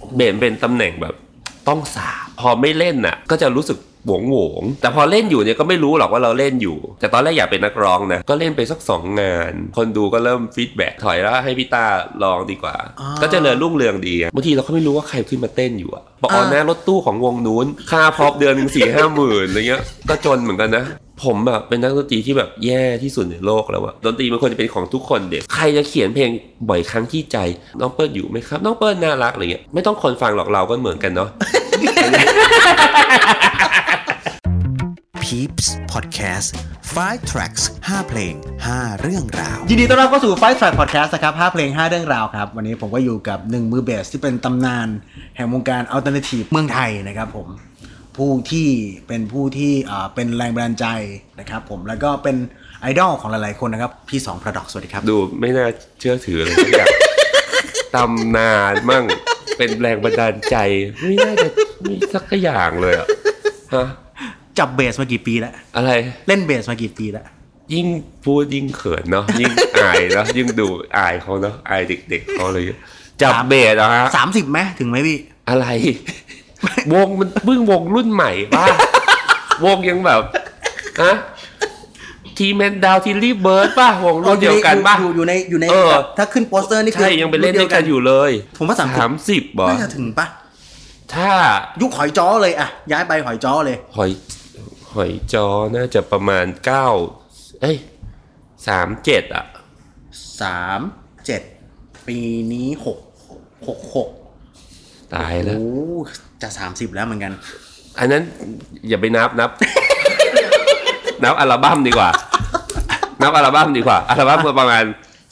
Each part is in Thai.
เบสเป็นตำแหน่งแบบต้องสาบพอไม่เล่นน่ะก็จะรู้สึกหวงแต่พอเล่นอยู่เนี่ยก็ไม่รู้หรอกว่าเราเล่นอยู่แต่ตอนแรกอยากเป็นนักร้องนะก็เล่นไปสัก2 งานคนดูก็เริ่มฟีดแบ็กถอยแล้วให้พี่ต้าลองดีกว่าก็เจริญรุ่งเรืองดีบางทีเราก็ไม่รู้ว่าใครขึ้นมาเต้นอยู่บอกอ๋อนะรถตู้ของวงนู้นค่าพอปเดือนนึง 4-5 หมื่นอะไรเงี้ยก็จนเหมือนกันนะผมแบบเป็นนักดนตรีที่แบบแย่ที่สุดในโลกแล้วอะดนตรีมันควรจะเป็นของทุกคนเด็กใครจะเขียนเพลงบ่อยครั้งที่ใจน้องเปิ้ลอยู่ไหมครับน้องเปิ้ลน่ารักอะไรเงี้ยไม่ต้องคนฟังหรอกเราก็เหมือนกันเนาะ Peeps Podcast 5 Tracks 5 เพลง 5 เรื่องราวยินดีต้อนรับเข้าสู่5 Track Podcast นะครับ5เพลง5เรื่องราวครับวันนี้ผมก็อยู่กับ1มือเบสที่เป็นตำนานแห่งวงการอัลเทอร์เนทีฟเมืองไทยนะครับผมผู้ที่เป็นแรงบันดาลใจนะครับผมแล้วก็เป็นไอดอลของหลายๆคนนะครับพี่2 Paradox สวัสดีครับดูไม่น่าเชื่อถือเลยทุกอย่างตำนานมั่งเป็นแรงบันดาลใจไม่น่าจะมีสักอย่างเลยอ่ะฮะจับเบสมากี่ปีแล้วอะไรเล่นเบสมากี่ปีแล้วยิ่งพูดยิ่งเขินเนาะยิ่งอายเนาะยิ่งดูอายเขาเนาะอายเด็กๆเขาเลยจับเบสเหรอฮะ 30ไหมถึงไหมพี่อะไรวงมันเพิ่งวงรุ่นใหม่ป่ะวงยังแบบฮะทีแมนดาวทีรีเบิร์ดป่ะวงรุ่นเดียวกันป่ะอยู่ในถ้าขึ้นโปสเตอร์นี่คือใช่ยังไปเล่นด้วยกันอยู่เลยผมว่า 30บ่น่าจะถึงป่ะถ้ายุคหอยจ้อเลยอะย้ายไปหอยจ้อเลยหอยจ้อน่าจะประมาณ37อ่ะ 37ปีนี้66 ตายแล้วโอ้จะ30แล้วเหมือนกันอันนั้นอย่าไปนับ นับอัลบั้มดีกว่านับอัลบั้มดีกว่าอัลบั้มประมาณ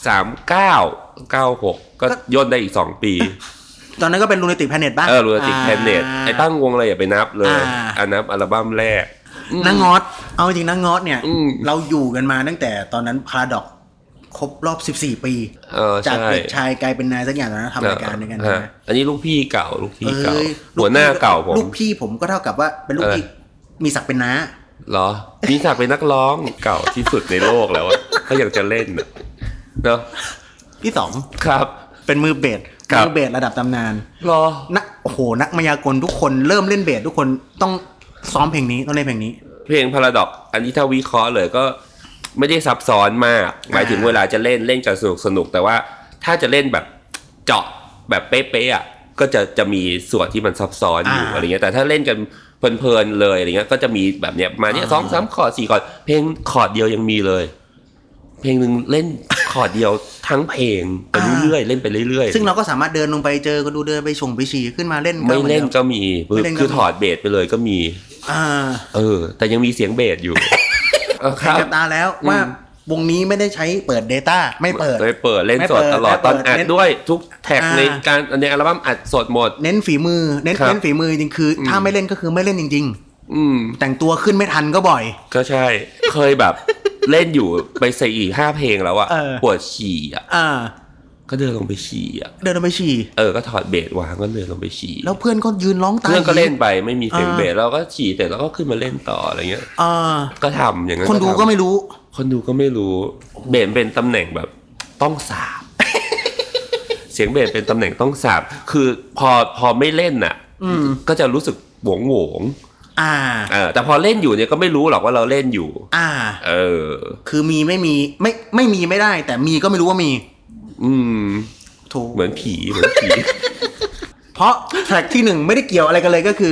3996ก็ย่นได้อีก2ปีตอนนั้นก็เป็นลูนาติกแพลเน็ตป่ะลูนาติกแพลเน็ตไอ้ตั้งวงอะไรอย่าไปนับเลยนับอัลบั้มแรกนางงอดเอาจริงนางงอดเนี่ยเราอยู่กันมาตั้งแต่ตอนนั้นพาราดอกครบรอบ14ปีจากเด็กชายกลายเป็นนายสักอย่างตอนนั้นทำรายการด้วยกันใช่ไหมอันนี้ลูกพี่เก่าหัวหน้าเก่าผมลูกพี่ผมก็เท่ากับว่าเป็นลูกพี่มีศักดิ์เป็นน้าเหรอมีศักดิ์เป็นนักร้องเก่าที่สุดในโลกแล้วถ้าอยากจะเล่นเนาะพี่2 ครับเป็นมือเบสระดับตำนานรอนักมายากลทุกคนเริ่มเล่นเบสทุกคนต้องซ้อมเพลงนี้ต้องเล่นเพลงนี้เพลงพาราดอกอันนี้ถ้าวิเคราะห์เลยก็ไม่ได้ซับซ้อนมากหมายถึงเวลาจะเล่นจะสนุกแต่ว่าถ้าจะเล่นแบบเจาะแบบเป๊ะๆอ่ะก็จะมีส่วนที่มันซับซ้อนอยู่อะไรเงี้ยแต่ถ้าเล่นกันเพลินๆเลยอะไรเงี้ยก็จะมีแบบเนี้ยมาเนี่ย2-3 คอร์ด4 คอร์ดเพลงคอร์ดเดียวยังมีเลยเพลงนึงเล่นคอร์ดเดียวทั้งเพลงไปเรื่อยๆเล่นไปเรื่อยๆซึ่งเราก็สามารถเดินลงไปเจอก็ดูเดินไปไปฉี่ขึ้นมาเล่นไม่เล่นก็มีคือถอดเบสไปเลยก็มีแต่ยังมีเสียงเบสอยู่ครับกับตาแล้วว่าวงนี้ไม่ได้ใช้เปิด Data ไม่เปิดเล่นสดตลอดตอนอัดด้วยทุกแท็กในการในอัลบั้มอัดสดหมดเน้นฝีมือเน้นฝีมือจริงคือถ้าไม่เล่นก็คือไม่เล่นจริงๆแต่งตัวขึ้นไม่ทันก็บ่อยก็ใช่เคยแบบเล่นอยู่ไป4-5 เพลงแล้วอะปวดฉี่อะก็เดินลงไปฉี่ก็ถอดเบสวางก็เดินลงไปฉี่แล้วเพื่อนก็ยืนร้องตายเพื่อนก็เล่นไปไม่มีเสียงเบสเราก็ฉี่แต่เราก็ขึ้นมาเล่นต่ออะไรเงี้ยก็ทำอย่างนั้นคนดูก็ไม่รู้เบสเป็นตำแหน่งแบบต้องสาบ เสียงเบสเป็นตำแหน่งต้องสาบคือพอไม่เล่นน่ะก็จะรู้สึกหวงแต่พอเล่นอยู่เนี่ยก็ไม่รู้หรอกว่าเราเล่นอยู่คือมีไม่มีไม่มีไม่ได้แต่มีก็ไม่รู้ว่ามีถูกเหมือนผีเพราะแทร็กที่1ไม่ได้เกี่ยวอะไรกันเลยก็คือ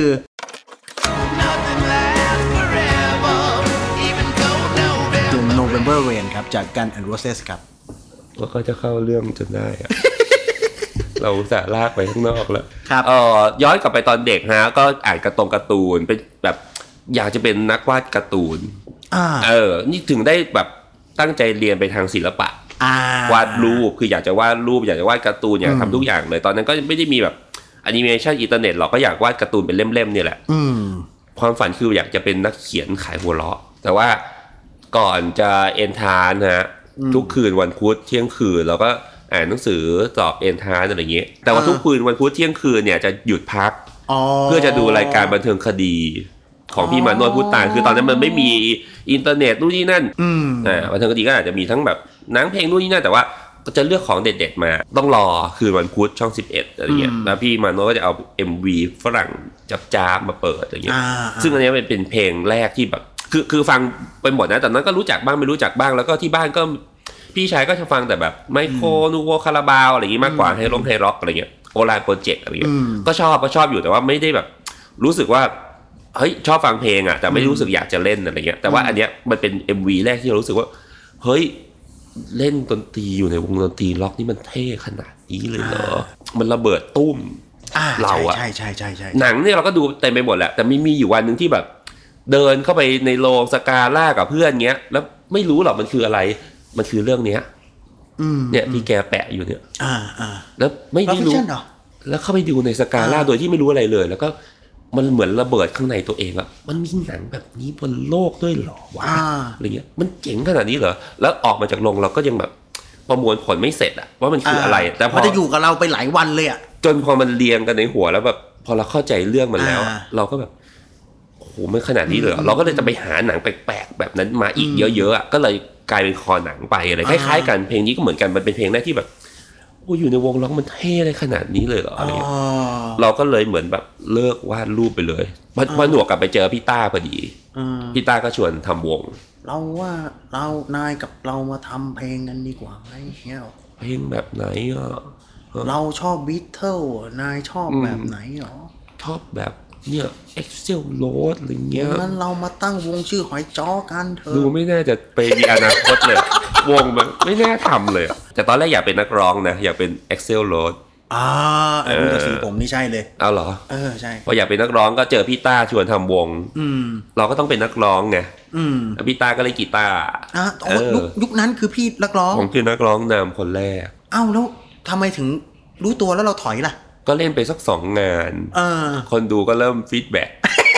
The November Rain ครับจาก Guns N' Roses ครับแล้วก็จะเข้าเรื่องจนได้อะ เราจะลากไปข้างนอกแล้วย้อนกลับไปตอนเด็กฮะก็อ่านการ์ตูนเป็นแบบอยากจะเป็นนักวาดการ์ตูนนี่ถึงได้แบบตั้งใจเรียนไปทางศิลปะวาดรูปคืออยากจะวาดรูปอยากจะวาดการ์ตูนอยากทำทุกอย่างเลยตอนนั้นก็ไม่ได้มีแบบแอนิเมชันอินเทอร์เน็ตหรอกก็อยากวาดการ์ตูนเป็นเล่มๆนี่แหละความฝันคืออยากจะเป็นนักเขียนขายหัวเราะแต่ว่าก่อนจะเอนทรานซ์ฮะทุกคืนวันพุธเที่ยงคืนเราก็อ่านหนังสือสอบเอนทรานซ์อะไรอย่างเงี้ยแต่ว่าทุกคืนวันพุธเที่ยงคืนเนี่ยจะหยุดพักเพื่อจะดูรายการบันเทิงคดีของพี่มาโนดพุทธาคือตอนนั้นมันไม่มีอินเทอร์เน็ตนู่นนี่นั่นบันเทิงคดีก็อาจจะมีทั้งแบบหนังเพลงนู่นนี่นั่นแต่ว่าก็จะเลือกของเด็ดๆมาต้องรอคืนวันพุธช่อง11อะไรเงี้ยแล้วพี่มาโนก็จะเอา MV ฝรั่งจับๆมาเปิดอะไรเงี้ยซึ่งอันนี้เป็นเพลงแรกที่แบบคือฟังไปหมดนะแต่นั้นก็รู้จักบ้างไม่รู้จักบ้างแล้วก็ที่บ้านก็พี่ชายก็จะฟังแต่แบบไมโครนูโวคาราบาวอะไรอย่างงี้มากกว่าให้ร็อกอะไรเงี้ยโอลานโปรเจกต์อะไรเงี้ยก็ชอบอยู่แต่ว่าไม่ได้แบบรู้สึกว่าเฮ้ยชอบฟังเพลงอ่ะแต่ไม่รู้สึกอยากจะเล่นอะไรเงี้ยแต่ว่าอันเนี้ยมันเป็น MV แรกที่เรารู้สึกว่าเฮ้ยเล่นดนตรีอยู่ในวงดนตรีล็อกนี่มันเท่ขนาดนี้เลยเหรอมันระเบิดตุ้มเราอะใช่หนังเนี่ยเราก็ดูเต็มไปหมดแหละแต่มีอยู่วันนึงที่แบบเดินเข้าไปในโรงสกาล่ากับเพื่อนเงี้ยแล้วไม่รู้หรอกมันคืออะไรมันคือเรื่องเนี้ยเนี่ยที่แกแปะอยู่เนี่ยแล้วไม่ได้รู้แล้วเข้าไปดูในสกาล่าโดยที่ไม่รู้อะไรเลยแล้วก็มันเหมือนระเบิดข้างในตัวเองอะมันมีหนังแบบนี้บนโลกด้วยเหรอวะอะไรเงี้ยมันเจ๋งขนาดนี้เหรอแล้วออกมาจากโรงเราก็ยังแบบประมวลผลไม่เสร็จอะว่ามันคืออะไรแต่พอจะอยู่กับเราไปหลายวันเลยอะจนพอมันเรียงกันในหัวแล้วแบบพอเราเข้าใจเรื่องมันแล้วเราก็แบบโอ้โหมันขนาดนี้เลยเราก็เลยจะไปหาหนังแปลกๆแบบนั้นมาอีกเยอะๆอะก็เลยกลายเป็นคอหนังไปอะไรคล้ายๆกันเพลงนี้ก็เหมือนกันมันเป็นเพลงแรกที่แบบโอ้อยู่ในวงล็อกมันเท่เลยขนาดนี้เลยเหรออะไรเงี้ยเราก็เลยเหมือนแบบเลิกวาดรูปไปเลยพอหนวกกลับไปเจอพี่ต้าพอดีพี่ต้าก็ชวนทำวงเราว่านายกับเรามาทำเพลงกันดีกว่าไหมเนี่ยเพลงแบบไหนอ่ะเราชอบบีทเทิลนายชอบแบบไหนหรอชอบแบบเนี่ยเอ็กเซลโรดอะไรเงี้ยงั้นเรามาตั้งวงชื่อหอยจ้อกันเถอะดูไม่น่าจะไปมีอนาคตเลยวงมันไม่น่าทำเลยแต่ตอนแรกอยากเป็นนักร้องนะอยากเป็นเอ็กเซลโรดดูจากสีผมนี่ใช่เลยเอาเหรอใช่พออยากเป็นนักร้องก็เจอพี่ต้าชวนทำวงเราก็ต้องเป็นนักร้องไงพี่ต้าก็เล่นกีตาร์ยุคนั้นคือพี่นักร้องผมคือนักร้องนำคนแรกแล้วทำไมถึงรู้ตัวแล้วเราถอยล่ะก็เล่นไปสัก2 งานคนดูก็เริ่มฟีดแบ็ก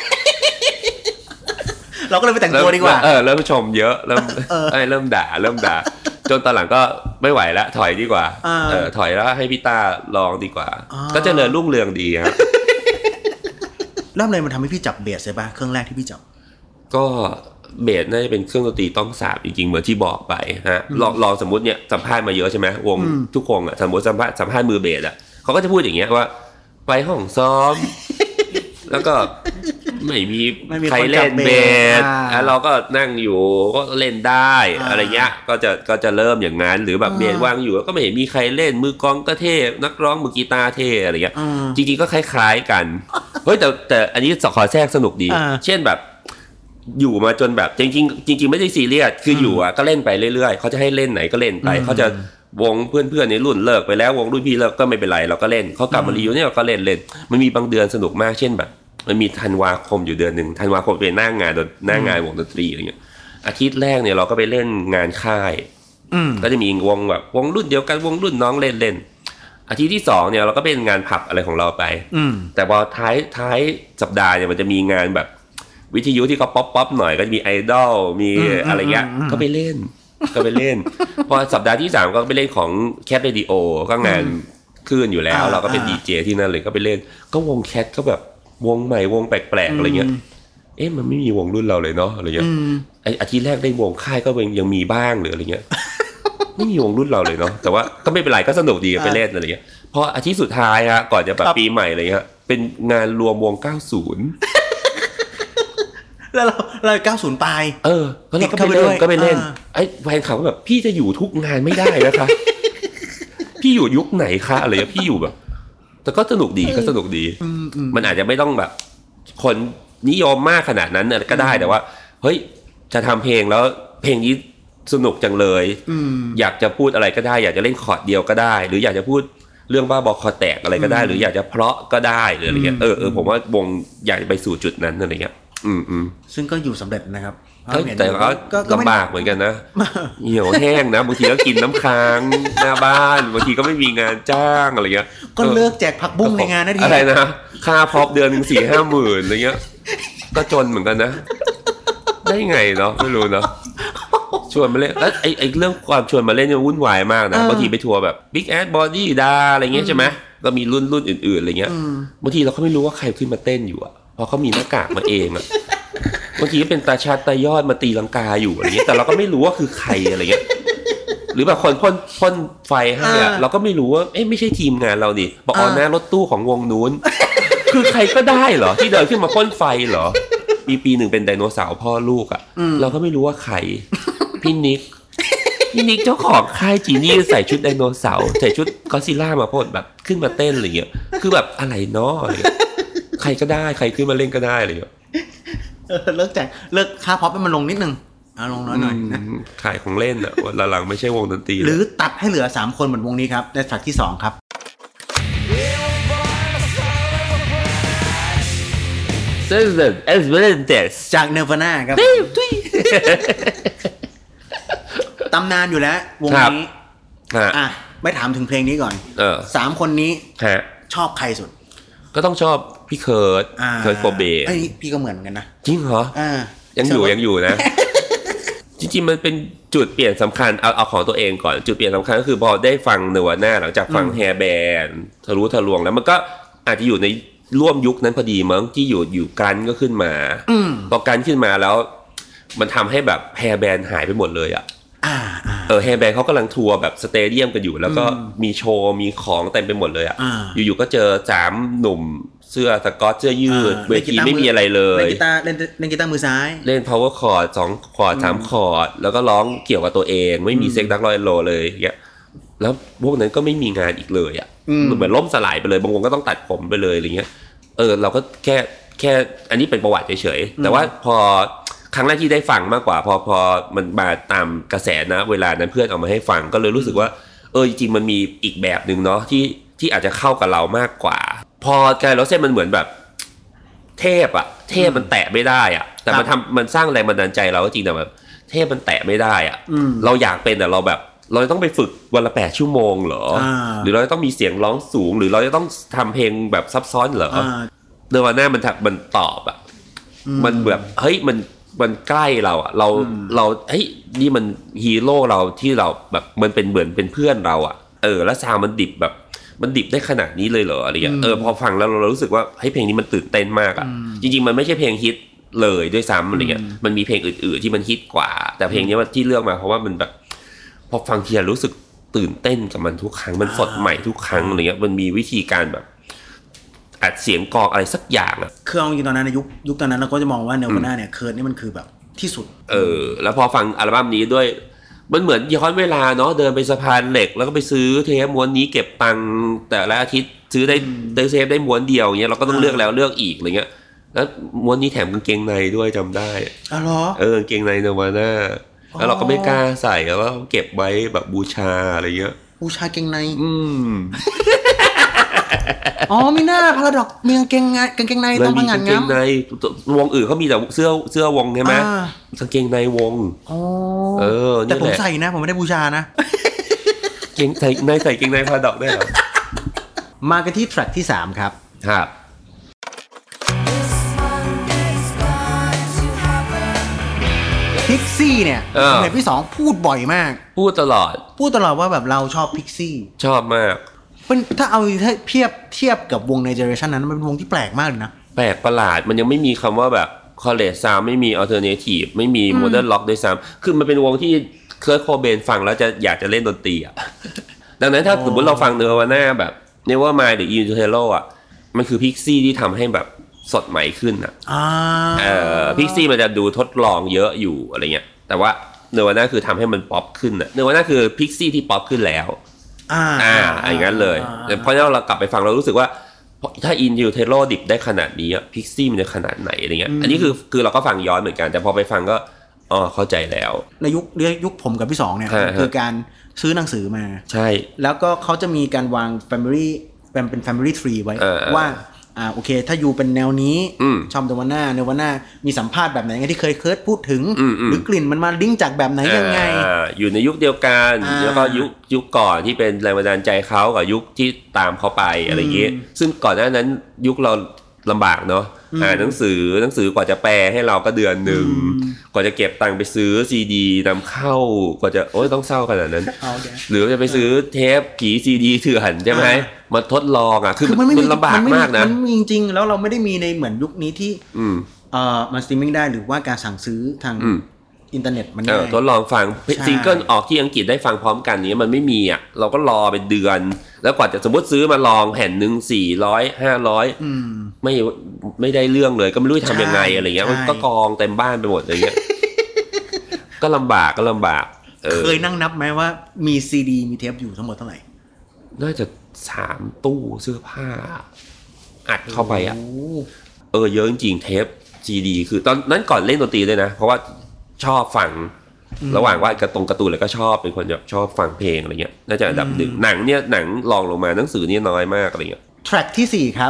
เราก็เลยไปแต่งตัวดีกว่าเริ่มชมเยอะเริ่มด่าจนตอนหลังก็ไม่ไหวแล้วถอยดีกว่าถอยแล้วให้พี่ต้าลองดีกว่าก็เจริญรุ่งเรืองดีครับเริ่มเลยมันทำให้พี่จับเบสใช่ปะเครื่องแรกที่พี่จับก็เบสน่าจะเป็นเครื่องดนตรีต้องสาบจริงๆเหมือนที่บอกไปนะลองสมมติเนี่ยสัมภาษณ์มาเยอะใช่ไหมวงทุกวงอ่ะสมมติสัมภาษณ์มือเบสอ่ะเขาก็จะพูดอย่างเงี้ยว่าไปห้องซ้อมแล้วก็ไม่มีใครเล่นเบสเราก็นั่งอยู่ก็เล่นได้อะไรเงี้ยก็จะเริ่มอย่างนั้นหรือแบบเบสวางอยู่ก็ไม่เห็นมีใครเล่นมือกลองก็เท่นักร้องมือกีตาร์เท่อะไรเงี้ยจริงๆก็คล้ายๆกันเฮ้ยแต่อันนี้ขอแทรกสนุกดีเช่นแบบอยู่มาจนแบบจริงไม่ได้ซีเรียสคืออยู่อ่ะก็เล่นไปเรื่อยๆเขาจะให้เล่นไหนก็เล่นไปเขาจะวงเพื่อนในรุ่นเลิกไปแล้ววงรุ่นพี่เลิกก็ไม่เป็นไรเราก็เล่นเขากลับมารีวิวเนี่ยเราก็เล่นมันมีบางเดือนสนุกมากเช่นแบบมันมีธันวาคมอยู่เดือนนึงธันวาคมเป็นหน้างานวงดนตรีอะไรเงี้ยอาทิตย์แรกเนี่ยเราก็ไปเล่นงานค่ายก็จะมีวงแบบวงรุ่นเดียวกันวงรุ่นน้องเล่นอาทิตย์ที่2เนี่ยเราก็เป็นงานผับอะไรของเราไปแต่พอท้ายสัปดาห์เนี่ยมันจะมีงานแบบวิทยุที่เขาป๊อปหน่อยก็จะมีไอดอลมีอะไรเงี้ยก็ไปเล่นพอสัปดาห์ที่3ก็ไปเล่นของแคทเรดิโอก็งานคลื่นอยู่แล้วเราก็เป็นดีเจที่นั่นเลยก็ไปเล่นก็วงแคทก็แบบวงใหม่วงแปลกๆอะไรเงี้ยมันไม่มีวงรุ่นเราเลยเนาะอะไรเงี้ยอาทิตย์แรกได้วงค่ายก็ยังมีบ้างหรืออะไรเงี้ยไม่มีวงรุ่นเราเลยเนาะแต่ว่าก็ไม่เป็นไรก็สนุกดีไปเล่นอะไรเงี้ยพออาทิตย์สุดท้ายฮะก่อนจะแบบปีใหม่อะไรเงี้ยเป็นงานรวมวง90 แล้วเรา90ปลายก็เราก็ไปเล่นไอ้แฟนเขาแบบพี่จะอยู่ทุกงานไม่ได้นะคะพี่อยู่ยุคไหนคะอะไรพี่อยู่แบบแต่ก็สนุกดีมันอาจจะไม่ต้องแบบคนนิยมมากขนาดนั้นก็ได้แต่ว่าเฮ้ยจะทำเพลงแล้วเพลงนี้สนุกจังเลยอยากจะพูดอะไรก็ได้อยากจะเล่นคอร์ดเดียวก็ได้หรืออยากจะพูดเรื่องบ้าบอคอแตกอะไรก็ได้หรืออยากจะเพราะก็ได้หรืออะไรเงี้ยผมว่าวงอยากจะไปสู่จุดนั้นอะไรเงี้ยซึ่งก็อยู่สำเร็จนะครับแต่ก็ลำบากเหมือนกันนะเหี่ยวแห้งนะบางทีก็กินน้ำค้างหน้าบ้านบางทีก็ไม่มีงานจ้างอะไรเงี้ยก็เลิกแจกผักบุ้งในงานนั่นเองอะไรนะค่าพร็อพเดือนนึง 4-5 หมื่นอะไรเงี้ยก็จนเหมือนกันนะได้ไงเนาะไม่รู้เนาะชวนมาเล่นแล้วไอ้เรื่องความชวนมาเล่นเนี่ยวุ่นวายมากนะบางทีไปทัวร์แบบ Big Ass Body ดาอะไรเงี้ยใช่ไหมก็มีรุ่นอื่นๆอะไรเงี้ยบางทีเราก็ไม่รู้ว่าใครขึ้นมาเต้นอยู่อะเพราะเขามีหน้ากากมาเองอะบางทีก็เป็นตาชาดตายอดมาตีลังกาอยู่อะไรเงี้ยแต่เราก็ไม่รู้ว่าคือใครอะไรเงี้ยหรือแบบคนพ่นไฟให้อ่ะเราก็ไม่รู้ว่าเอ๊ะไม่ใช่ทีมงานเราดิบอกอ๋อนะรถตู้ของวงนู้นคือใครก็ได้เหรอที่เดินขึ้นมาพ่นไฟเหรอมีปีหนึ่งเป็นไดโนเสาร์พ่อลูกอ่ะเราก็ไม่รู้ว่าใครพี่นิกเจ้าของค่ายจีนี่ใส่ชุดไดโนเสาร์ใส่ชุดก็อดซิลล่ามาพ่นแบบขึ้นมาเต้นอะไรเงี้ยคือแบบอะไรเนาะใครก็ได้ใครขึ้นมาเล่นก็ได้อะไรเงี้ยเลิกค่าพ็อปให้มันลงนิดนึงลงน้อยหน่อยนะขายของเล่นอ่ะวันหลังไม่ใช่วงดนตรีหรือตัดให้เหลือ3คนเหมือนวงนี้ครับในแทร็กที่2ครับจาก Nirvana ครับตำนานอยู่แล้ววงนี้ไม่ถามถึงเพลงนี้ก่อน3คนนี้ชอบใครสุดก็ต้องชอบพี่เคิร์ทโคเบไอ้พี่ก็เหมือนกันนะจริงเหรอยังอยู่นะจริงๆมันเป็นจุดเปลี่ยนสำคัญเอาของตัวเองก่อนจุดเปลี่ยนสำคัญก็คือพอได้ฟังเนวาน่าหลังจากฟังแฮร์แบนด์ทะลุทะลวงแล้วมันก็อาจจะอยู่ในร่วมยุคนั้นพอดีมั้งที่อยู่กันก็ขึ้นมาพอกันขึ้นมาแล้วมันทำให้แบบแฮร์แบนด์หายไปหมดเลยอ่ะแฮร์แบนด์เขากำลังทัวร์แบบสเตเดียมกันอยู่แล้วก็มีโชว์มีของเต็มไปหมดเลยอ่ะอยู่ๆก็เจอ3หนุ่มเสื้อสก๊อตเสื้อยืดเวทีไม่มีอะไรเลยเล่นกีตาร์มือซ้ายเล่น power chord 2 คอร์ด 3 คอร์ดแล้วก็ร้องเกี่ยวกับตัวเองไม่มีเซ็กดักลอยโลเลยอย่างเงี้ยแล้วพวกนั้นก็ไม่มีงานอีกเลยอ่ะเหมือนล่มสลายไปเลยบางวงก็ต้องตัดผมไปเลยอะไรเงี้ยเราก็แค่อันนี้เป็นประวัติเฉยๆแต่ว่าพอครั้งแรกที่ได้ฟังมากกว่าพอมันมาตามกระแสนะเวลานั้นเพื่อนเอามาให้ฟังก็เลยรู้สึกว่าจริงๆมันมีอีกแบบนึงเนาะที่อาจจะเข้ากับเรามากกว่าพอการโรเซ่มันเหมือนแบบเทพมันแตะไม่ได้อ่ะแต่มันสร้างแรงบันดาลใจเราก็จริงแต่แบบเทพมันแตะไม่ได้อ่ะเราอยากเป็นแต่เราแบบเราต้องไปฝึกวันละ8 ชั่วโมงเหรอหรือเราต้องมีเสียงร้องสูงหรือเราจะต้องทำเพลงแบบซับซ้อนเหรอเนวาน่ามันตอบอ่ะมันแบบเฮ้ยมันใกล้เราอ่ะเราเฮ้ยนี่มันฮีโร่เราที่เราแบบมันเป็นเหมือนเป็นเพื่อนเราอ่ะแล้วซาวมันดิบแบบมันดิบได้ขนาดนี้เลยเหรออะไรเงี้ยพอฟังแล้วเรารู้สึกว่าเฮ้ยเพลงนี้มันตื่นเต้นมากอ่ะจริงๆมันไม่ใช่เพลงฮิตเลยด้วยซ้ำอะไรเงี้ยมันมีเพลงอื่นๆที่มันฮิตกว่าแต่เพลงนี้ที่เลือกมาเพราะว่ามันแบบพอฟังทีละรู้สึกตื่นเต้นกับมันทุกครั้งมันสดใหม่ทุกครั้งอะไรเงี้ยมันมีวิธีการแบบอัดเสียงกรอกอะไรสักอย่างอ่ะคือเอาจริงตอนนั้นในยุคตอนนั้นเราก็จะมองว่าเนวาน่าเนี่ยเคิร์ทนี่มันคือแบบที่สุดแล้วพอฟังอัลบั้มนี้ด้วยมันเหมือนย้อนเวลาเนาะเดินไปสะพานเหล็กแล้วก็ไปซื้อเทปม้วนนี้เก็บตังค์แต่ละอาทิตย์ซื้อได้เทปได้ม้วนเดียวอย่างเงี้ยเราก็ต้องเลือกแล้วเลือกอีกอะไรเงี้ยแล้วม้วนนี้แถมกางเกงในด้วยจำได้เหรอกางเกงในเนวาน่าแล้วเราก็ไม่กล้าใส่แล้วเก็บไว้แบบบูชาอะไรเงี้ยบูชาเกงในมีหน้าพาราดอกมีกางเกงในต้องงานงั้มในวงอื่นเขามีแต่เสื้อวงใช่ไหมกางเกงในวงแต่ผมใส่นะผมไม่ได้บูชานะเกงใส่เกงในพาราดอกได้เหรอมากันที่แทร็กที่3ครับพิกซี่เนี่ยเพลงที่2พูดบ่อยมากพูดตลอดว่าแบบเราชอบพิกซี่ชอบมากถ้าเทียบกับวงในเจเนอเรชันนั้นมันเป็นวงที่แปลกมากเลยนะแปลกประหลาดมันยังไม่มีคำว่าแบบคอเลจซาวไม่มีอัลเทอร์เนทีฟไม่มีโมเดิร์นล็อกด้วยซ้ำคือมันเป็นวงที่เคิร์ทโคเบนฟังแล้วจะอยากจะเล่นดนตรีอ่ะดังนั้นถ้าสมมติเราฟังเนวาน่าแบบ Nevermind หรือ Inutero อ่ะมันคือพิกซี่ที่ทำให้แบบสดใหม่ขึ้นอ่ะพิกซี่มันจะดูทดลองเยอะอยู่อะไรเงี้ยแต่ว่าเนวาน่าคือทำให้มันป๊อปขึ้นอ่ะเนวาน่าคือพิกซี่ที่ป๊อปขึ้นแล้วอย่างนั้นเลยเพราะฉะนั้นเรากลับไปฟังเรารู้สึกว่าถ้าอินยูเทโรดิบได้ขนาดนี้พิกซี่มันจะขนาดไหนอะไรเงี้ยอันนี้คือเราก็ฟังย้อนเหมือนกันแต่พอไปฟังก็เข้าใจแล้วในยุคผมกับพี่2เนี่ยคือการซื้อหนังสือมาใช่แล้วก็เขาจะมีการวาง family เป็น family tree ไว้ว่าโอเคถ้าอยู่เป็นแนวนี้ชอบเนวาน่ามีสัมภาษณ์แบบไหนไงที่เคยพูดถึงหรือกลิ่นมันมาลิงก์จากแบบไหนยังไงอยู่ในยุคเดียวกันแล้วก็ยุคก่อนที่เป็นแรงบันดาลใจเขากับยุคที่ตามเขาไปอะไรอย่างเงี้ยซึ่งก่อนหน้านั้นยุคเราลำบากเนาะหนังสือกว่าจะแปลให้เราก็เดือนนึงกว่าจะเก็บตังค์ไปซื้อซีดีนำเข้ากว่าจะต้องเศร้าขนาดนั้นหรือจะไปซื้อเทปผีซีดีเถื่อนใช่ไหมมาทดลองอ่ะคือมันลำบากมากนะมันมีจริงๆแล้วเราไม่ได้มีในเหมือนยุคนี้ที่มันสตรีมมิ่งได้หรือว่าการสั่งซื้อทางอินเทอร์เน็ตมันง่ายทดลองฟังซิงเกิลออกที่อังกฤษได้ฟังพร้อมกันนี้มันไม่มีอ่ะเราก็รอเป็นเดือนแล้วกว่าจะสมมติซื้อมาลองแผ่นนึง400-500ไม่ได้เรื่องเลยก็ไม่รู้จะทำยังไงอะไรเงี้ยมันก็กองเต็มบ้านไปหมดอะไรเงี้ยก็ลำบากเคยนั่งนับไหมว่ามีซีดีมีเทปอยู่ทั้งหมดเท่าไหร่น่าจะ3ตู้เสื้อผ้าอัดเข้าไปอ่ะเยอะจริงๆเทปซีดีคือตอนนั้นก่อนเล่นดนตรีด้วยนะเพราะว่าชอบฟังระหว่างวาดการ์ตูนแล้วก็ชอบเป็นคนชอบฟังเพลงอะไรเงี้ยน่าจะอันดับ1หนังรองลงมาหนังสือนี่น้อยมากอะไรเงี้ยแทร็กที่4ครับ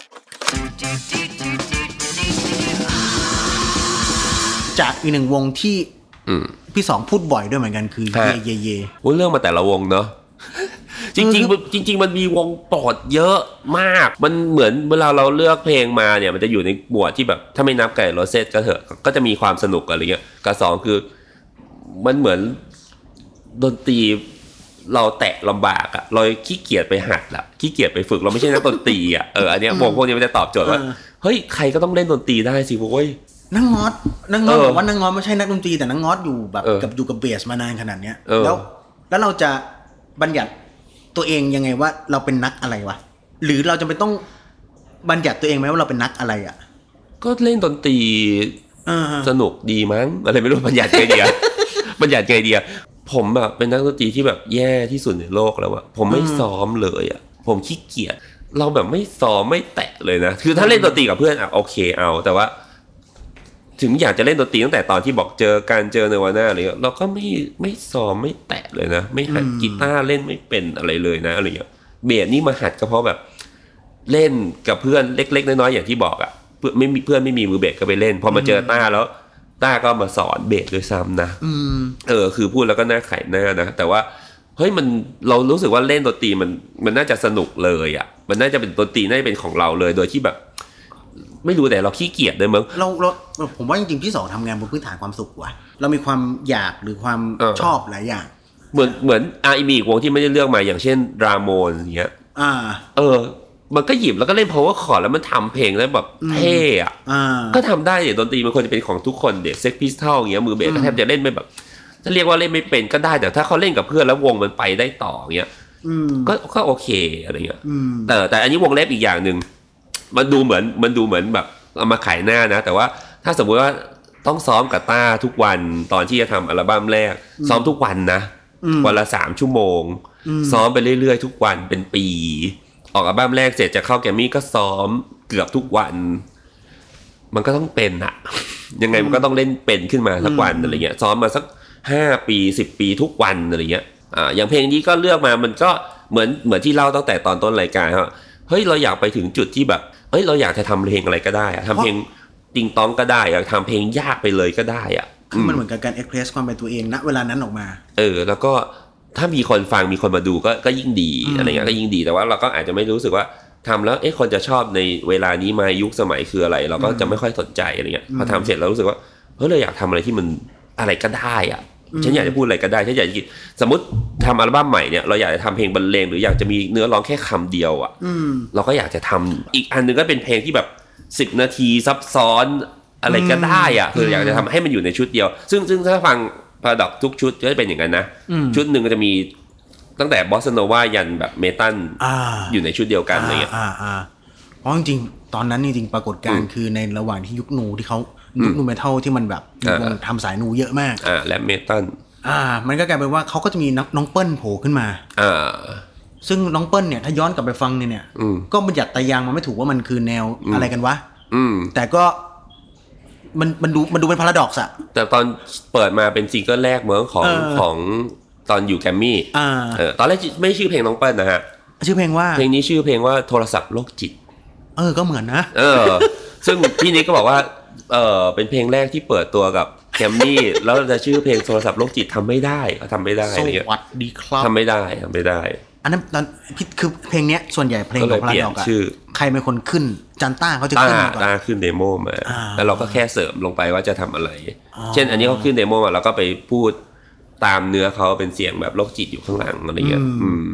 จากอีกหนึ่งวงที่พี่2พูดบ่อยด้วยเหมือนกันคือเยเรื่องมาแต่ละวงเนาะจริงมันมีวงโปรดเยอะมากมันเหมือนเวลาเราเลือกเพลงมาเนี่ยมันจะอยู่ในหมวดที่แบบถ้าไม่นับไก่โรเซตก็เถอะก็จะมีความสนุกอะไรเงี้ยกับ2คือมันเหมือนดนตรีเราแตะลำบากอ่ะเราขี้เกียจไปหัดละขี้เกียจไปฝึกเราไม่ใช่นักดนตรีอ่ะอันเนี้ยวงพวกนี้มันจะตอบโจทย์ว่าเฮ้ยใครก็ต้องเล่นดนตรีได้สิโว้ยนังงอดบอกว่านังงอดไม่ใช่นักดนตรีแต่นังงอดอยู่แบบอยู่กับเบสมานานขนาดเนี้ยแล้วเราจะบัญญัติตัวเองยังไงว่าเราเป็นนักอะไรวะหรือเราจะไม่ต้องบัญญัติตัวเองไหมว่าเราเป็นนักอะไรอ่ะก็เล่นดนตรีสนุกดีมั้งอะไรไม่รู้บัญญัติไงเดียผมแบบเป็นนักดนตรีที่แบบแย่ที่สุดในโลกแล้วอะผมไม่ซ้อมเลยอะผมขี้เกียจเราแบบไม่ซ้อมไม่แตะเลยนะคือถ้าเล่นดนตรีกับเพื่อนอะโอเคเอาแต่ว่าถึงอยากจะเล่นดนตรีตั้งแต่ตอนที่บอกเจอเนวาน่าอะไรเงี้ยเราก็ไม่ซ้อมไม่แตะเลยนะไม่หัดกีตาร์เล่นไม่เป็นอะไรเลยนะอะไรเงี้ยเบสนี่มาหัดก็เพราะแบบเล่นกับเพื่อนเล็กๆน้อยๆอย่างที่บอกอะเพื่อนไม่มีมือเบสก็ไปเล่นพอมาเจอต้าแล้วต้าก็มาสอนเบสด้วยซ้ำนะคือพูดแล้วก็น่าขายหน้านะแต่ว่าเฮ้ยเรารู้สึกว่าเล่นดนตรีมันน่าจะสนุกเลยอ่ะมันน่าจะเป็นดนตรีน่าจะเป็นของเราเลยโดยที่แบบไม่รู้แต่เราขี้เกียจด้วยมั้งผมว่าจริงๆพี่2ทำงานบนพื้นฐานความสุขว่ะเรามีความอยากหรือความชอบหลายอย่างเหมือนมีอีกวงที่ไม่ได้เลือกมาอย่างเช่นราโมนอย่างเงี้ยมันก็หยิบแล้วก็เล่น power chord แล้วมันทำเพลงแล้วแบบเท่อะก็ทำได้เดี๋ยวดนตรีมันควรจะเป็นของทุกคนเด็กเซ็กพิสทัลอย่างเงี้ยมือเบสก็แทบจะเล่นไม่แบบจะเรียกว่าเล่นไม่เป็นก็ได้แต่ถ้าเขาเล่นกับเพื่อนแล้ววงมันไปได้ต่อเงี้ยก็โอเคอะไรเงี้ยแต่อันนี้วงเล็บอีกอย่างนึงมันดูเหมือนแบบเอามาขายหน้านะแต่ว่าถ้าสมมุติว่าต้องซ้อมกับต้าทุกวันตอนที่จะทำอัลบั้มแรกซ้อมทุกวันนะวันละ3 ชั่วโมงซ้อมไปเรื่อยๆทุกวันเป็นปีออกอัลบั้มแรกเสร็จจะเข้าแกรมมี่ก็ซ้อมเกือบทุกวันมันก็ต้องเป็นอะยังไงมันก็ต้องเล่นเป็นขึ้นมาสักวันอะไรเงี้ยซ้อมมาสัก5 ปี10 ปีทุกวันอะไรเงี้ยอย่างเพลงนี้ก็เลือกมามันก็เหมือนที่เล่าตั้งแต่ตอนต้นรายการครับเฮ้ยเราอยากไปถึงจุดที่แบบเฮ้ยเราอยากจะทำเพลงอะไรก็ได้อะทำเพลงติงต้องก็ได้อยากทำเพลงยากไปเลยก็ได้อะคือมันเหมือนกับการเอ็กเพรสความเป็นตัวเองณเวลานั้นออกมาแล้วก็ถ้ามีคนฟังมีคนมาดูก็ยิ่งดีอะไรเงี้ยก็ยิ่งดีแต่ว่าเราก็อาจจะไม่รู้สึกว่าทำแล้วคนจะชอบในเวลานี้มายุคสมัยคืออะไรเราก็จะไม่ค่อยสนใจอะไรเงี้ยพอทำเสร็จเรารู้สึกว่าเราอยากทำอะไรที่มันอะไรก็ได้อะฉันอยากจะพูดอะไรก็ได้ฉันอยากจะสมมติทำอัลบั้มใหม่เนี่ยเราอยากจะทำเพลงบรรเลงหรืออยากจะมีเนื้อร้องแค่คำเดียวอ่ะเราก็อยากจะทำอีกอันนึงก็เป็นเพลงที่แบบ10 นาทีซับซ้อนอะไรก็ได้อ่ะคืออยากจะทำให้มันอยู่ในชุดเดียวซึ่งถ้าฟังพาราดอกทุกชุดก็จะเป็นอย่างนั้นนะชุดหนึ่งก็จะมีตั้งแต่บอสซาโนวายันแบบเมทัลอยู่ในชุดเดียวกันอะไรเงี้ยเพราะจริงๆตอนนั้นจริงๆปรากฏการณ์คือในระหว่างที่ยุคนูที่เขายุคนูเมทัลที่มันแบบวงทำสายนูเยอะมากและเมทัลมันก็กลายเป็นว่าเขาก็จะมีน้องเปิ้ลโผล่ขึ้นมาซึ่งน้องเปิ้ลเนี่ยถ้าย้อนกลับไปฟังเนี่ยก็บัญญัติตายางมันไม่ถูกว่ามันคือแนวอะไรกันวะแต่ก็มันดูเป็นพาราดอกซ์อะแต่ตอนเปิดมาเป็นซิงเกิลแรกเหมือนของตอนอยู่แกรมมี่ตอนแรกไม่ชื่อเพลงน้องเปิ้ลนะฮะชื่อเพลงว่าเพลงนี้ชื่อเพลงว่าโทรศัพท์โรคจิตก็เหมือนนะซึ่งพี่นิกก็บอกว่าเป็นเพลงแรกที่เปิดตัวกับแกรมมี่แล้วจะชื่อเพลงโทรศัพท์โรคจิตทำไม่ได้อะไรเงี้ยสวัสดีครับทำไม่ได้อันนั้นตอนคือเพลงเนี้ยส่วนใหญ่เพลงของพาราดอกซ์ใครเป็นคนขึ้นจันต้าเขาจะขึ้นก่อนขึ้นเดโมมาแล้วเราก็แค่เสริมลงไปว่าจะทำอะไรเช่นอันนี้เขาขึ้นเดโมมาเราก็ไปพูดตามเนื้อเขาเป็นเสียงแบบโรคจิตอยู่ข้างหลังอะไรเงี้ย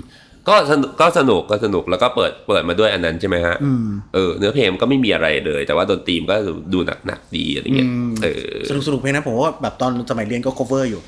ก็สนุกแล้วก็เปิดมาด้วยอันนั้นใช่ไหมฮะเนื้อเพลงก็ไม่มีอะไรเลยแต่ว่าดนตรีก็ดูหนักดีอะไรเงี้ยสนุกเพลงนะผมว่าแบบตอนสมัยเรียนก็ cover อยู่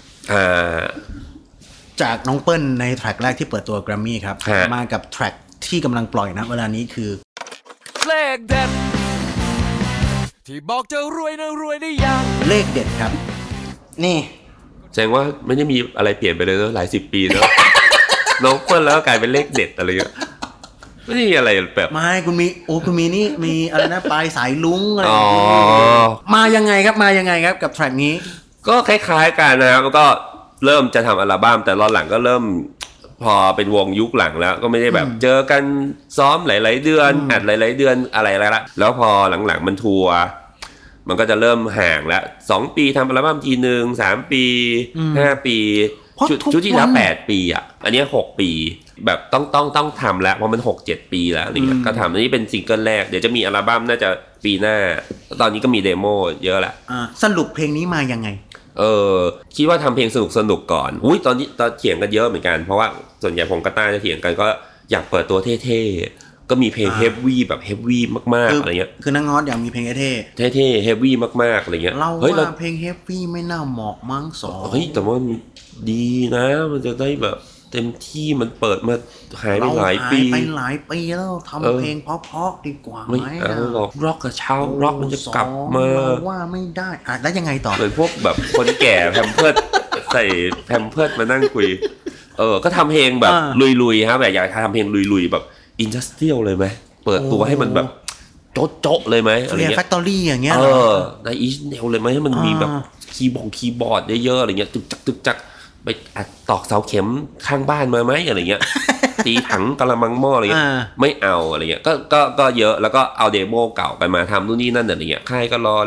จากน้องเปิ้ลในแทร็กแรกที่เปิดตัว Grammy ครับมากับแทร็กที่กำลังปล่อยนะเวลานี้คือเลขเด็ดที่บอกจะรวยนะรวยได้ยังเลขเด็ดครับนี่แสดงว่าไม่ได้มีอะไรเปลี่ยนไปเลยเนอะหลาย10 ปีเนอะ น้องเปิ้ลแล้วกลายเป็นเลขเด็ดอะไรเงี้ยไม่ได้มีอะไรแบบไม่คุณมีนี่มีอะไรนะปลายสายลุ้งอะไรมายังไงครับกับแทร็กนี้ก็คล้ายๆกันนะครับก็เริ่มจะทำอัลบั้มแต่ตอนหลังก็เริ่มพอเป็นวงยุคหลังแล้วก็ไม่ได้แบบเจอกันซ้อมหลายๆเดือนอัดหลายๆเดือนอะไรแล้วพอหลังๆมันทัวร์มันก็จะเริ่มห่างแล้ว2 ปีทำอัลบั้มทีนึง3 ปี5 ปีชุดที่แล้ว8 ปีอ่ะอันนี้6 ปีแบบต้องทำแล้วเพราะมัน6-7 ปีแล้วอะไรเงี้ยก็ทำอันนี้เป็นซิงเกิลแรกเดี๋ยวจะมีอัลบั้มน่าจะปีหน้าตอนนี้ก็มีเดโมเยอะแหละสรุปเพลงนี้มายังไงคิดว่าทำเพลงสนุกก่อนตอนเถียงกันเยอะเหมือนกันเพราะว่าส่วนใหญ่ผมกับต้าจะเถียงกันก็อยากเปิดตัวเท่ๆก็มีเพลงเฮฟวี่แบบเฮฟวี่มากๆอะไรเงี้ยคือนักงอดอยากมีเพลงเท่ๆเฮฟวี่มากๆอะไรเงี้ยเราว่าเพลงเฮฟวี่ไม่น่าเหมาะมั้งแต่ว่าดีนะมันจะได้แบบเต็มที่มันเปิดมาหายไปหลายปีแล้วทำเพลงเพราะๆดีกว่าไหมไม่เอาหรอกร็อกกับเช้าร็อกมันจะกลับมาว่าไม่ได้แล้วยังไงต่อเหมือนพวกแบบคนแก่แพมเพิร์สใส่แพมเพิร์สมานั่งคุยก็ทำเพลงแบบลุยๆฮะแบบอยากทำเพลงลุยๆแบบอินดัสเทรียลเลยไหมเปิดตัวให้มันแบบโจ๊ะเลยไหมอะไรเงี้ยแฟคทอรี่อย่างเงี้ยในอีชแนลเลยไหมให้มันมีแบบคีย์บอร์ดเยอะๆอะไรเงี้ยตึกจักไปอัดตอกเสาเข็มข้างบ้านมาไหมอะไรเงี้ย ตีถังกะละมังหม้ออะไรเงี้ยไม่เอาอะไรเงี้ยก็เยอะแล้วก็เอาเดโมเก่าไปมาทำนู่นนี่นั่นอะไรเงี้ยค่ายก็รอ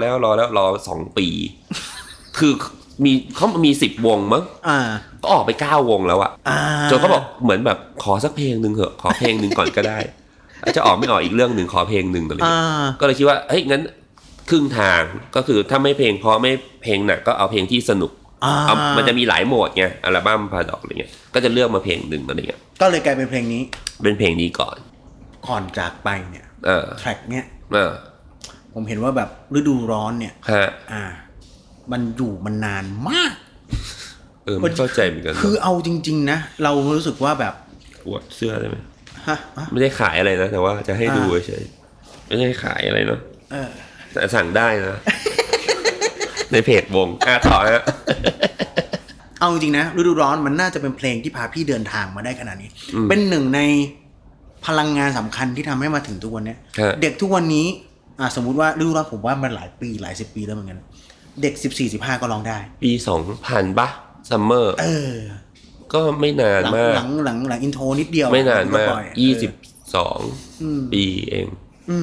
2 ปีคือเขามี10 วงมั้งก็ออกไป9 วงแล้วอะจนเขาบอกเหมือนแบบขอสักเพลงนึงเถอะขอเพลงนึงก่อนก็ได้จะออกไม่ออกอีกเรื่องนึงขอเพลงนึงอะไรเงี้ยก็เลยคิดว่าเฮ้ยงั้นครึ่งทางก็คือถ้าไม่เพลงเพราะไม่เพลงหนักก็เอาเพลงที่สนุกมันจะมีหลายโหมดไงอัลบั้มพาดอกอะไรเงี้ยก็จะเลือกมาเพลงนึงอะไรเงี้ยก็เลยกลายเป็นเพลงนี้เป็นเพลงนี้ก่อนจากไปเนี่ยแทร็กเนี้ยผมเห็นว่าแบบฤดูร้อนเนี่ยมันอยู่มันนานมากไม่เข้าใจเหมือนกันคือเอาจริงๆนะเรารู้สึกว่าแบบอวดเสื้อได้ไหมไม่ได้ขายอะไรนะแต่ว่าจะให้ดูเฉยไม่ได้ขายอะไรเนาะแต่สั่งได้นะในเพจวงต่อฮะเอาจริงๆนะฤดูร้อนมันน่าจะเป็นเพลงที่พาพี่เดินทางมาได้ขนาดนี้เป็นหนึ่งในพลังงานสำคัญที่ทำให้มาถึงทุกวันนี้เด็กทุกวันนี้สมมุติว่าฤดูร้อนผมว่ามันหลายปีหลาย10 ปีแล้วเหมือนกันเด็ก14-15ก็ร้องได้ปี 2000 ป่ะซัมเมอร์ก็ไม่นานมากหลังอินโทรนิดเดียวไม่นานมาก22 ปีเอง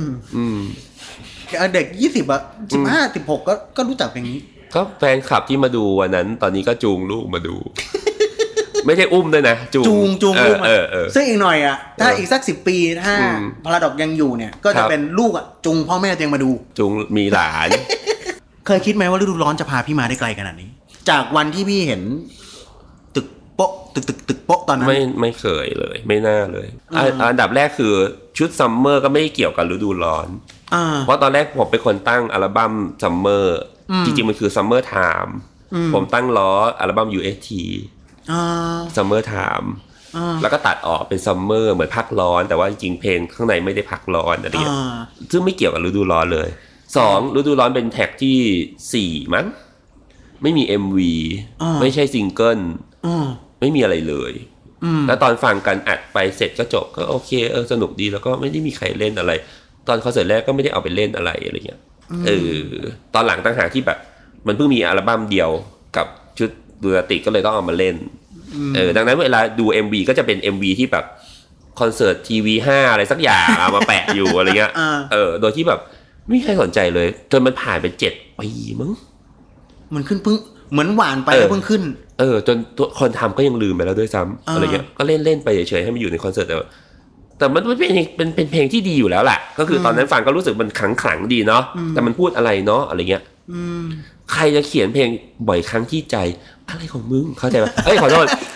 เด็ก20อ่ะ15 16ก็รู้จักเพลงนี้ก็แฟนคลับที่มาดูวันนั้นตอนนี้ก็จูงลูกมาดู ไม่ได้อุ้มด้วยนะจูงลูกซึ่งอีกหน่อยอ่ะถ้าอีกสัก10 ปีถ้าพาราดอกยังอยู่เนี่ยก็จะเป็นลูกอ่ะจูงพ่อแม่ตัวเองมาดูจูงมีหลานเคยคิดไหมว่าฤดูร้อนจะพาพี่มาได้ไกลขนาดนี้จากวันที่พี่เห็นตึกโป๊ะตึกโป๊ะตอนนั้นไม่เคยเลยไม่น่าเลยอันดับแรกคือชุดซัมเมอร์ก็ไม่เกี่ยวกับฤดูร้อนเพราะตอนแรกผมเป็นคนตั้งอัลบั้มซัมเมอร์จริงๆมันคือซัมเมอร์ไทม์ผมตั้งล้ออัลบั้ม UST ซัมเมอร์ไทม์แล้วก็ตัดออกเป็นซัมเมอร์เหมือนพักร้อนแต่ว่าจริงๆเพลงข้างในไม่ได้พักร้อนอะไรอย่างเงี้ยซึ่งไม่เกี่ยวกับฤดูร้อนเลย2ฤดูร้อนเป็นแท็กที่4มั้งไม่มี MV ไม่ใช่ซิงเกิลไม่มีอะไรเลยแล้วตอนฟังกันอัดไปเสร็จก็จบก็โอเคสนุกดีแล้วก็ไม่ได้มีใครเล่นอะไรตอนคอนเสิร์ตแรกก็ไม่ได้เอาไปเล่นอะไรเงี้ยตอนหลังต่างหากที่แบบมันเพิ่งมีอัลบั้มเดียวกับชุดดูนาติก็เลยต้องเอามาเล่นดังนั้นเวลาดู MV ก็จะเป็น MV ที่แบบคอนเสิร์ตทีวี5อะไรสักอย่างเอามาแปะอยู่อะไรเงี้ยโดยที่แบบไม่มีใครสนใจเลยจนมันผ่านไป7 ปีมั้งมันขึ้นเพิ่งเหมือนหวานไปแล้วเพิ่งขึ้นจนตัวคนทำก็ยังลืมไปแล้วด้วยซ้ำอะไรเงี้ยก็เล่นไปเฉยๆให้มันอยู่ในคอนเสิร์ตแต่มันเป็นเพลงที่ดีอยู่แล้วแหละก็คือตอนนั้นฟังก็รู้สึกมันขลังดีเนาะแต่มันพูดอะไรเนาะอะไรเงี้ยใครจะเขียนเพลงบ่อยครั้งที่ใจอะไรของมึงเข้าใจป่ะขอโทษ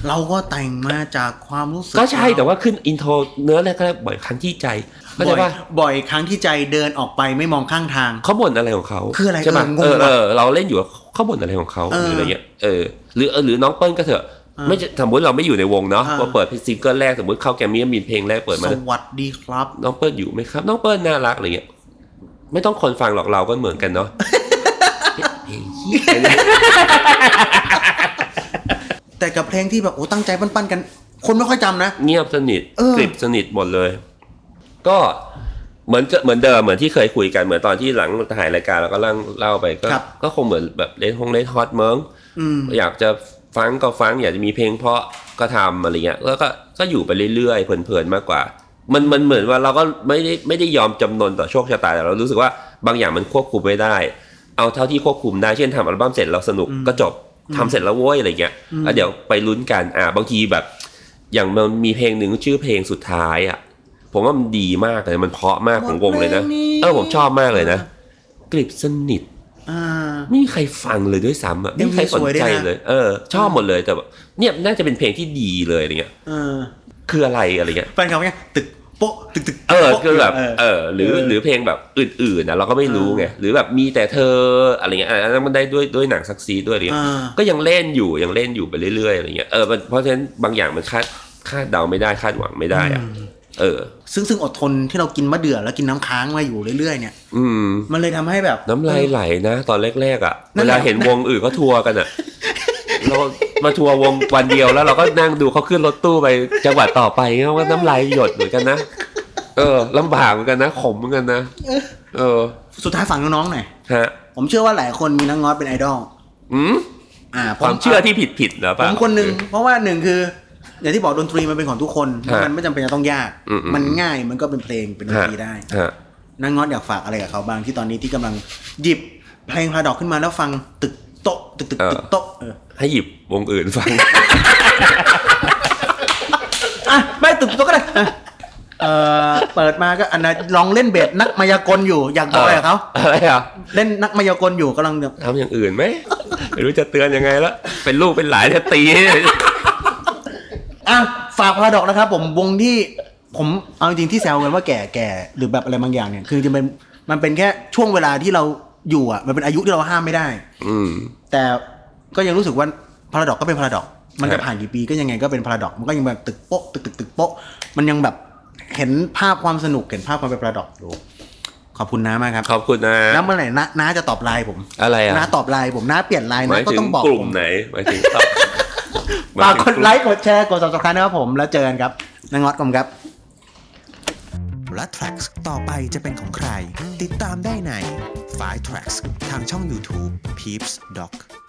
เราก็แต่งมาจากความรู้สึกก็ใช่แต่ว่าขึ้นอินโทรเนื้อแรกๆบ่อยครั้งที่ใจเข้าใจป่ะบ่อยครั้งที่ใจเดินออกไปไม่มองข้างทางเขาบ่นอะไรของเขาคืออะไรใช่ป่ะเราเล่นอยู่เขาบ่นอะไรของเขาหรืออะไรเงี้ยหรือน้องเปิ้ลก็เถอะไม่สมมติเราไม่อยู่ในวงเนาะพอเปิดซิงเกิลแรกสมมติเข้าแกรมมี่มีเพลงแรกเปิดมาสวัสดีครับน้องเปิ้ลอยู่ไหมครับน้องเปิ้ลน่ารักอะไรเงี้ยไม่ต้องคนฟังหรอกเราก็เหมือนกันเนาะแต่กับเพลงที่แบบโอ้ตั้งใจปั้นๆกันคนไม่ค่อยจำนะเงียบสนิทกริบสนิทหมดเลยก็เหมือนเดิมเหมือนที่เคยคุยกันเหมือนตอนที่หลังถ่ายรายการเราก็เล่าไปก็คงเหมือนแบบเลนฮอตเมิงอยากจะฟังก็ฟังอยากจะมีเพลงเพราะก็ทำอะไรเงี้ยแล้วก็อยู่ไปเรื่อยๆเพลินๆมากกว่ามันเหมือนว่าเราก็ไม่ได้ยอมจำนนต่อโชคชะตาแต่เรารู้สึกว่าบางอย่างมันควบคุมไม่ได้เอาเท่าที่ควบคุมได้เช่นทำอัลบั้มเสร็จเราสนุกก็จบทำเสร็จแล้วโว้ยอะไรเงี้ยแล้วเดี๋ยวไปลุ้นกันบางทีแบบอย่างมันมีเพลงหนึ่งชื่อเพลงสุดท้ายอ่ะผมว่ามันดีมากเลยมันเพราะมากของวงเลยนะผมชอบมากเลยนะกริบสนิทไม่มีใครฟังเลยด้วยซ้ำไม่มีใครสนใจเลยชอบหมดเลยแต่เนี่ยน่าจะเป็นเพลงที่ดีเลยอะไรเงี้ยคืออะไรเงี้ยแฟนเขาเนี่ยตึกโป๊ะตึกคือแบบหรือเพลงแบบอื่นๆนะเราก็ไม่รู้ไงหรือแบบมีแต่เธออะไรเงี้ยอันนั้นมันได้ด้วยหนังซักซีด้วยอะไรเงี้ยก็ยังเล่นอยู่ไปเรื่อยๆอะไรเงี้ยเพราะฉะนั้นบางอย่างมันคาดเดาไม่ได้คาดหวังไม่ได้ซึ่งอดทนที่เรากินมะเดื่อแล้วกินน้ำค้างมาอยู่เรื่อยๆเนี่ยมันเลยทำให้แบบน้ำลายไหลนะตอนแรกๆอ่ะเวลาเห็นวงอื่นเขาทัวร์กันอ่ะเรามาทัวร์วงวันเดียวแล้วเราก็นั่งดูเขาขึ้นรถตู้ไปจังหวัดต่อไปเขาก็น้ำลายหยดเหมือนกันนะลำบากเหมือนกันนะขมเหมือนกันนะสุดท้ายฟังน้องๆหน่อยผมเชื่อว่าหลายคนมีน้องน็อตเป็นไอดอลความเชื่อที่ผิดๆนะป่ะผมคนนึงเพราะว่าหนึ่งคืออย่างที่บอกดนตรีมันเป็นของทุกคนมันไม่จำเป็นจะต้องยากมันง่ายมันก็เป็นเพลงเป็นดนตรีได้น้องน็อตอยากฝากอะไรกับเขาบ้างที่ตอนนี้ที่กำลังหยิบเพลงพาราดอกขึ้นมาแล้วฟังตึกโต๊ะตึกโต๊ะให้หยิบวงอื่นฟังไม่ตึกโต๊ะก็ได้เปิดมาก็อันนั้นลองเล่นเบสนักมายากลอยู่อยากบอกอะไรกับเขาอะไรเล่นนักมายากลอยู่กำลังทำอย่างอื่นไหมไม่รู้จะเตือนยังไงละเป็นลูกเป็นหลานจะตีฝากพาราดอกนะครับผมวงที่ผมเอาจริงที่แซวกันว่าแก่หรือแบบอะไรบางอย่างเนี่ยคือจะเป็นมันเป็นแค่ช่วงเวลาที่เราอยู่มันเป็นอายุที่เราห้ามไม่ได้แต่ก็ยังรู้สึกว่าพาราดอกก็เป็นพาราดอกมันจะผ่านกี่ปีก็ยังไงก็เป็นพาราดอกมันก็ยังแบบตึกโป๊ะตึกโป๊ะมันยังแบบเห็นภาพความสนุกเห็นภาพความเป็นพาราดอกดูขอบคุณน้ามากครับขอบคุณนะแล้วเมื่อไหร่น้าจะตอบไลน์ผมอะไรน้าตอบไลน์ผมน้าเปลี่ยนไลน์น้าก็ต้องบอกกลุ่มไหนหมายถึงตอบฝากกดไลค์กดแชร์กด Subscribe นะครับผมแล้วเจอกันครับนางงอดกลมครับและ Tracks ต่อไปจะเป็นของใครติดตามได้ใน Five Tracks ทางช่อง YouTube Peeps Doc